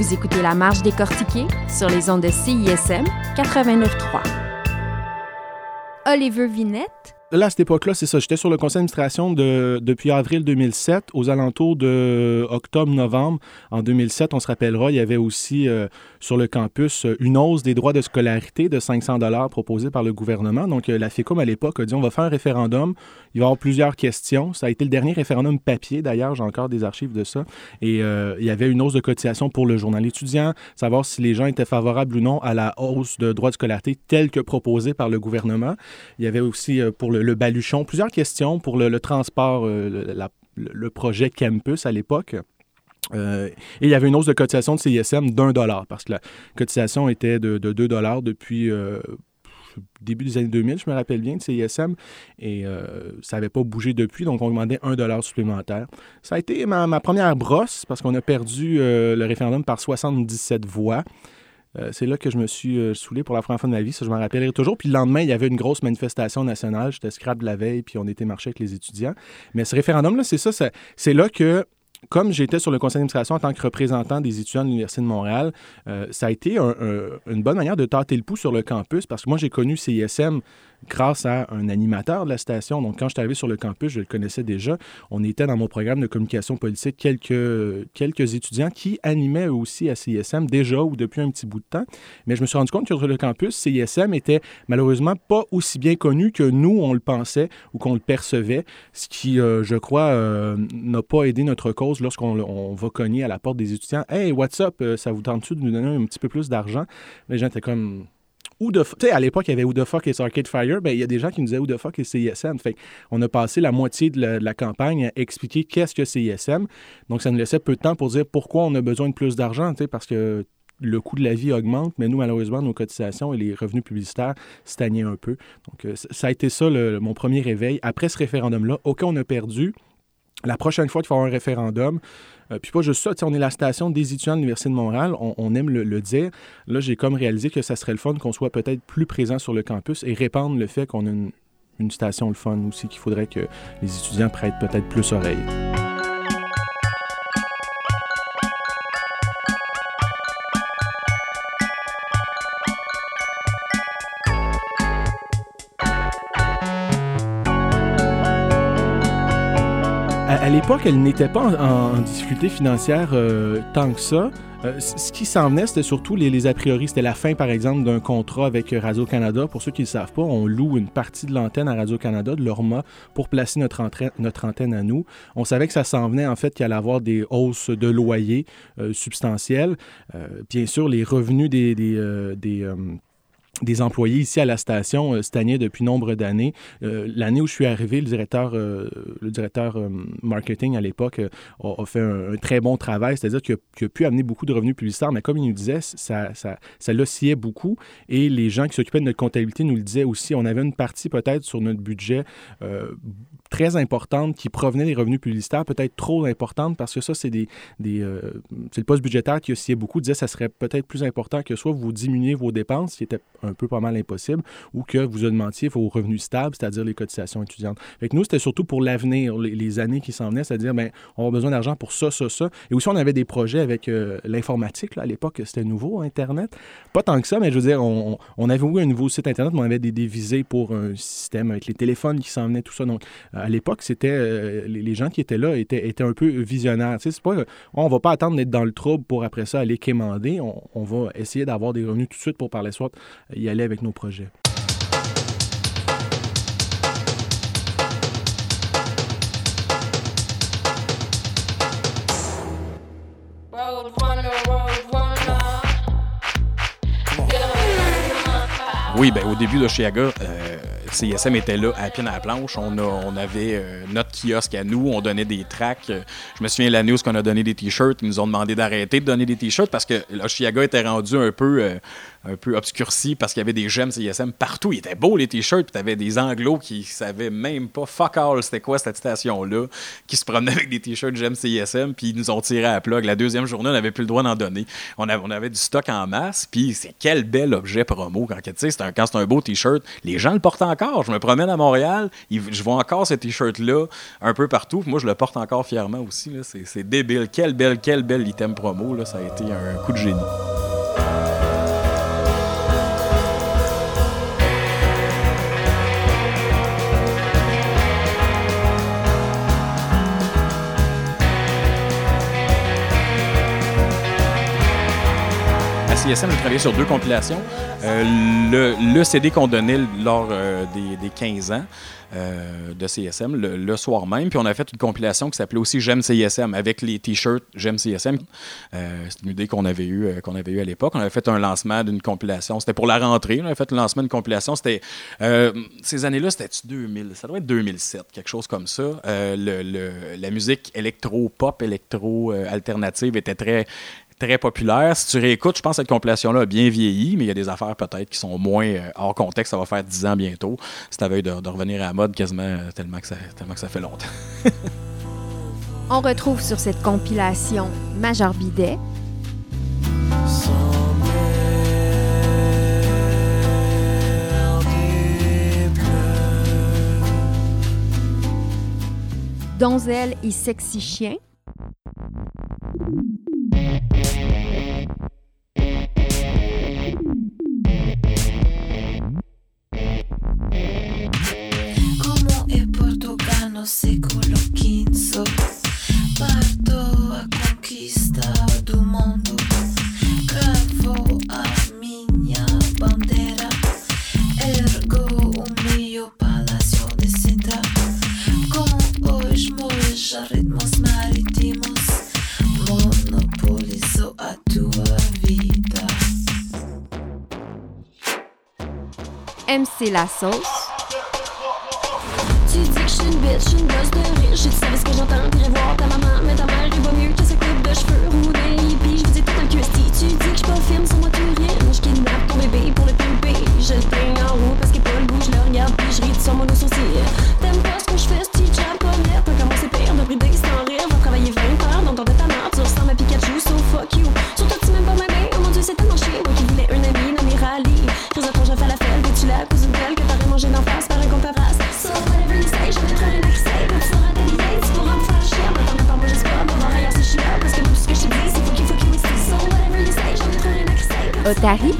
[SPEAKER 4] Vous écoutez La Marge décortiquée sur les ondes de C I S M quatre-vingt-neuf trois. Oliver Vinette.
[SPEAKER 2] Là, à cette époque-là, c'est ça. J'étais sur le conseil d'administration de, depuis avril deux mille sept. Aux alentours de octobre-novembre en deux mille sept, on se rappellera, il y avait aussi euh, sur le campus une hausse des droits de scolarité de cinq cents dollars proposés par le gouvernement. Donc, euh, la FECUM, à l'époque, a dit on va faire un référendum. Il va y avoir plusieurs questions. Ça a été le dernier référendum papier, d'ailleurs. J'ai encore des archives de ça. Et euh, il y avait une hausse de cotisation pour le journal étudiant, savoir si les gens étaient favorables ou non à la hausse de droits de scolarité telle que proposée par le gouvernement. Il y avait aussi euh, pour le le baluchon, plusieurs questions pour le, le transport, euh, le, la, le projet Campus à l'époque. Euh, et il y avait une hausse de cotisation de C I S M d'un dollar, parce que la cotisation était de, de deux dollars depuis euh, début des années deux mille, je me rappelle bien, de C I S M, et euh, ça n'avait pas bougé depuis, donc on demandait un dollar supplémentaire. Ça a été ma, ma première brosse, parce qu'on a perdu euh, le référendum par soixante-dix-sept voix. Euh, c'est là que je me suis euh, saoulé pour la première fois de ma vie, ça je m'en rappellerai toujours. Puis le lendemain, il y avait une grosse manifestation nationale, j'étais scrap la veille, puis on était marché avec les étudiants. Mais ce référendum-là, c'est ça, ça c'est là que, comme j'étais sur le conseil d'administration en tant que représentant des étudiants de l'Université de Montréal, euh, ça a été un, un, une bonne manière de tâter le pouls sur le campus, parce que moi, j'ai connu C I S M grâce à un animateur de la station. Donc, quand je suis arrivé sur le campus, je le connaissais déjà. On était dans mon programme de communication politique quelques, quelques étudiants qui animaient aussi à C I S M déjà ou depuis un petit bout de temps. Mais je me suis rendu compte que sur le campus, C I S M était malheureusement pas aussi bien connu que nous, on le pensait ou qu'on le percevait, ce qui, euh, je crois, euh, n'a pas aidé notre cause lorsqu'on on va cogner à la porte des étudiants. « Hey, what's up? Ça vous tente-tu de nous donner un petit peu plus d'argent? » Les gens étaient comme... Who the f... Tu sais, à l'époque, il y avait Who the fuck is Arcade Fire. Ben, il y a des gens qui nous disaient Who the fuck is C I S M. Fait on a passé la moitié de la, de la campagne à expliquer qu'est-ce que C I S M. Donc, ça nous laissait peu de temps pour dire pourquoi on a besoin de plus d'argent, tu sais, parce que le coût de la vie augmente, mais nous, malheureusement, nos cotisations et les revenus publicitaires stagnaient un peu. Donc, euh, ça a été ça, le, mon premier réveil. Après ce référendum-là, OK, on a perdu. La prochaine fois qu'il faut avoir un référendum, euh, puis pas juste ça, on est la station des étudiants de l'Université de Montréal, on, on aime le, le dire. Là, j'ai comme réalisé que ça serait le fun qu'on soit peut-être plus présent sur le campus et répandre le fait qu'on a une, une station le fun aussi, qu'il faudrait que les étudiants prêtent peut-être plus oreille. À l'époque, elle n'était pas en, en difficulté financière euh, tant que ça. Euh, ce qui s'en venait, c'était surtout les, les a priori. C'était la fin, par exemple, d'un contrat avec Radio-Canada. Pour ceux qui ne le savent pas, on loue une partie de l'antenne à Radio-Canada, de l'O R M A, pour placer notre, entra- notre antenne à nous. On savait que ça s'en venait, en fait, qu'il allait avoir des hausses de loyer euh, substantielles. Euh, bien sûr, les revenus des... des, euh, des euh, des employés ici à la station euh, stagnaient depuis nombre d'années. Euh, l'année où je suis arrivé, le directeur, euh, le directeur euh, marketing à l'époque euh, a, a fait un, un très bon travail, c'est-à-dire qu'il a, qu'il a pu amener beaucoup de revenus publicitaires, mais comme il nous disait, ça, ça, ça l'oscillait beaucoup et les gens qui s'occupaient de notre comptabilité nous le disaient aussi. On avait une partie peut-être sur notre budget euh, très importante qui provenait des revenus publicitaires, peut-être trop importante parce que ça, c'est des, des euh, c'est le poste budgétaire qui oscillait beaucoup, disait que ça serait peut-être plus important que soit vous diminuez vos dépenses, qui était un peu pas mal impossible, ou que vous augmentiez vos revenus stables, c'est-à-dire les cotisations étudiantes. Fait que nous, c'était surtout pour l'avenir, les, les années qui s'en venaient, c'est-à-dire, bien, on a besoin d'argent pour ça, ça, ça. Et aussi, on avait des projets avec euh, l'informatique, là, à l'époque, c'était nouveau, Internet. Pas tant que ça, mais je veux dire, on, on avait eu un nouveau site Internet, mais on avait des, des visées pour un système avec les téléphones qui s'en venaient, tout ça. Donc, à l'époque, c'était euh, les, les gens qui étaient là étaient, étaient un peu visionnaires. Tu sais, c'est pas, on va pas attendre d'être dans le trouble pour après ça aller quémander. On, on va essayer d'avoir des revenus tout de suite pour par la suite y aller avec nos projets.
[SPEAKER 6] Oui, ben au début de Chiaga, euh, C I S M était là à pied dans la planche. On, a, on avait euh, notre kiosque à nous, on donnait des tracts. Je me souviens l'année où on a donné des t-shirts, ils nous ont demandé d'arrêter de donner des t-shirts parce que là, Chiaga était rendu un peu, euh, un peu obscurci parce qu'il y avait des j'aime C I S M partout. Il était beau, les t-shirts, puis t'avais des anglos qui savaient même pas fuck all c'était quoi cette station-là, qui se promenaient avec des t-shirts j'aime C I S M, puis ils nous ont tiré à la plug. La deuxième journée, on n'avait plus le droit d'en donner. On avait, on avait du stock en masse, puis c'est quel bel objet promo. Quand, tu sais, c'est un, quand c'est un beau t-shirt, les gens le portent encore. Je me promène à Montréal, ils, je vois encore ce t-shirt-là un peu partout. Moi, je le porte encore fièrement aussi. Là. C'est, c'est débile. Quel bel, quel bel item promo. Là. Ça a été un coup de génie. C I S M, j'ai travaillé sur deux compilations. Euh, le, le C D qu'on donnait lors euh, des, des quinze ans euh, de C I S M, le, le soir même. Puis on a fait une compilation qui s'appelait aussi J'aime C I S M, avec les t-shirts J'aime C I S M. Euh, c'est une idée qu'on avait eue euh, qu'on avait eue à l'époque. On avait fait un lancement d'une compilation. C'était pour la rentrée. On avait fait le lancement d'une compilation. C'était, euh, ces années-là, c'était-tu deux mille? Ça doit être deux mille sept, quelque chose comme ça. Euh, le, le, la musique électro-pop, électro-alternative était très... très populaire. Si tu réécoutes, je pense que cette compilation-là a bien vieilli, mais il y a des affaires peut-être qui sont moins euh, hors contexte. Ça va faire dix ans bientôt. C'est à veille de, de revenir à la mode quasiment euh, tellement, que ça, tellement que ça fait longtemps.
[SPEAKER 4] On retrouve sur cette compilation Major Bidet, Donzelle et Sexy Chien,
[SPEAKER 7] Como é Portugal no século quinze, parto a conquista do mundo, cravo a minha bandeira, ergo o meu palácio de cinta, com os meus ritmos marítimos, monopolizo a tua vida.
[SPEAKER 4] M C La Sauce,
[SPEAKER 8] Tu dis que je suis une bitch, je suis une gosse de rire. J'ai dit savais ce que j'entends, t'irais voir ta maman. Mais ta mère est pas mieux que sa coupe de cheveux roulés. Puis je vous ai tout un custi. Tu dis que je pas film sans moi tu rien. Je kidnappe ton bébé pour le pimper. Je le peins en haut parce qu'il est pas le goût. Je le regarde puis je ris de son mono sourcil. T'aimes pas ce que je fais, ce petit japonais. T'as commencé pire, de brider sans rire. Va travailler vingt heures dans ton de ta mère. Tu ressembles à Pikachu, so fuck you. Surtout tu m'aimes pas ma bain. Oh mon dieu, c'est tellement chier. Moi qui voulais un ami nommé Rally. Crise de ton, je fais la fête. Et tu la cousine belle que t'aurais mangé d'en face par un compte à place. So whatever you say, je vais être un accès. Quand tu seras délié, tu pourras me faire chier. Mais t'en as pas, moi j'espère pas. Bon, ailleurs c'est chiant. Parce que moi tout ce que je te dis, c'est faut qu'il faut qu'il whisky. So whatever you say, je vais être un accès.
[SPEAKER 4] Otari,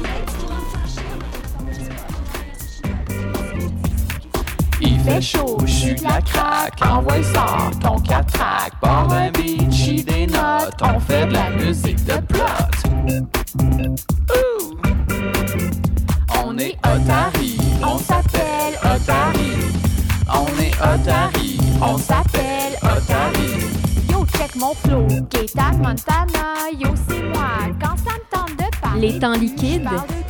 [SPEAKER 10] Il fait chaud, j'suis de la craque, envoie ça, ton quatre tracks, bord un beat, j'suis des notes, on fait de la musique de plot. Ouh. On est Otari, on s'appelle Otari. On est Otari, on s'appelle Otari.
[SPEAKER 11] Yo, check mon flow, Gaëtan Montana, yo c'est moi, quand ça me tente de parler.
[SPEAKER 4] Les temps liquides,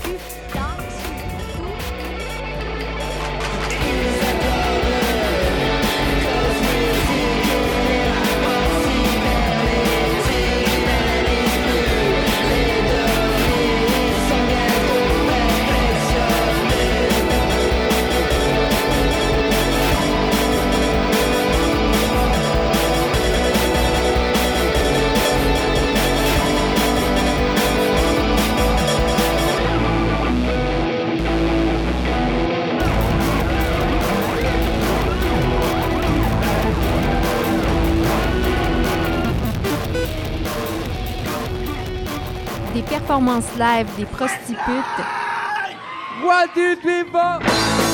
[SPEAKER 4] des performances live, des prostitutes,
[SPEAKER 10] What did we vote?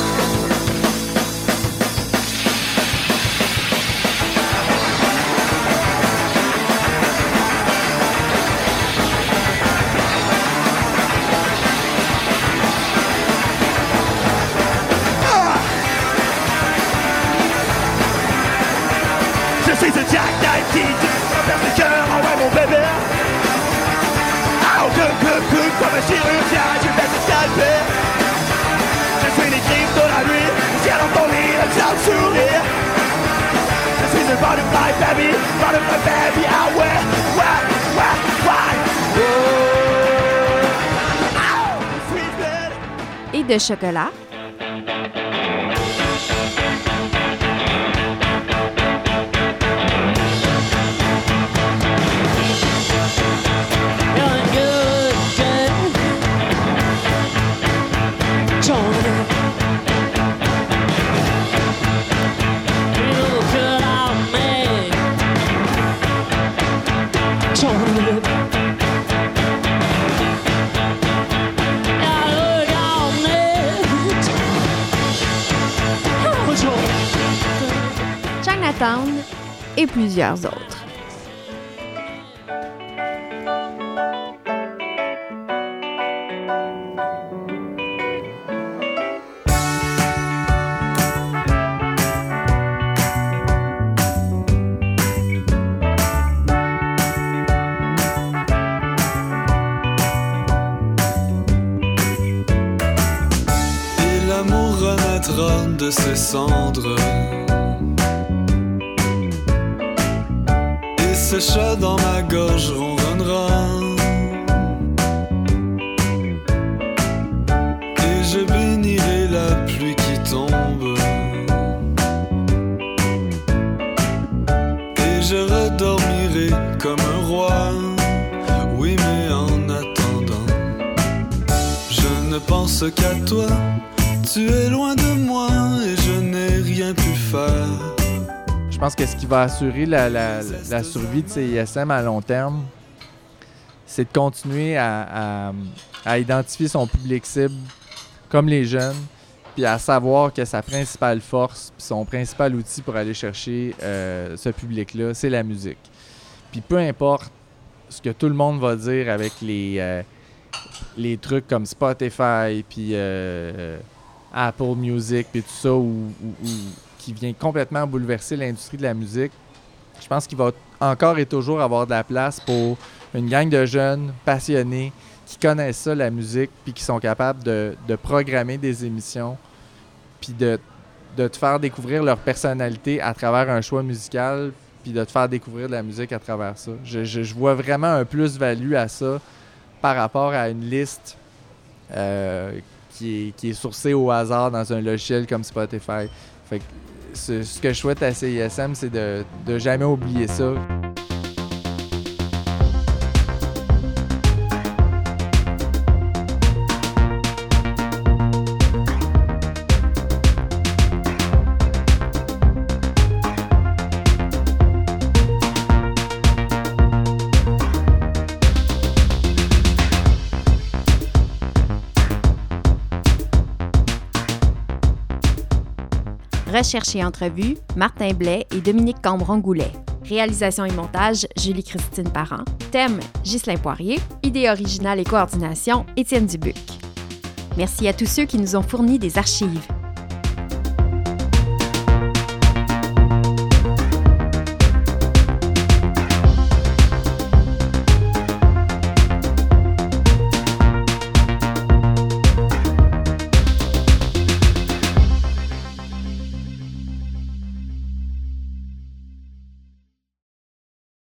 [SPEAKER 9] Je suis un Jack Nike, tu me perds le cœur, oh ouais mon bébé. Oh, good, good, good, comme un chirurgien, je vais te scalper. Je suis les crimes de la nuit, le ciel dans ton lit, le ciel sourire. Je suis un butterfly baby, butterfly baby, ah ouais, ouais, ouais, ouais. Oh.
[SPEAKER 4] de chocolat. Chinatown et plusieurs autres.
[SPEAKER 12] Et l'amour renaîtra de ses cendres. Ce chat dans ma gorge ronronnera. Et je bénirai la pluie qui tombe. Et je redormirai comme un roi. Oui, mais en attendant, je ne pense qu'à toi. Tu es loin de moi et je n'ai rien pu faire.
[SPEAKER 13] Je pense que ce qui va assurer la, la, la survie de C I S M à long terme, c'est de continuer à, à, à identifier son public cible comme les jeunes, puis à savoir que sa principale force, puis son principal outil pour aller chercher euh, ce public-là, c'est la musique. Puis peu importe ce que tout le monde va dire avec les, euh, les trucs comme Spotify, puis euh, Apple Music, puis tout ça, ou, ou, ou qui vient complètement bouleverser l'industrie de la musique, je pense qu'il va encore et toujours avoir de la place pour une gang de jeunes passionnés qui connaissent ça, la musique, puis qui sont capables de, de programmer des émissions, puis de, de te faire découvrir leur personnalité à travers un choix musical, puis de te faire découvrir de la musique à travers ça. Je, je, je vois vraiment un plus-value à ça par rapport à une liste euh, qui, est, qui est sourcée au hasard dans un logiciel comme Spotify. Fait que ce, ce que je souhaite à C I S M, c'est de, de jamais oublier ça.
[SPEAKER 4] Recherche et entrevue, Martin Blais et Dominique Cambron-Goulet. Réalisation et montage, Julie-Christine Parent. Thème, Ghislain Poirier. Idée originale et coordination, Étienne Dubuc. Merci à tous ceux qui nous ont fourni des archives.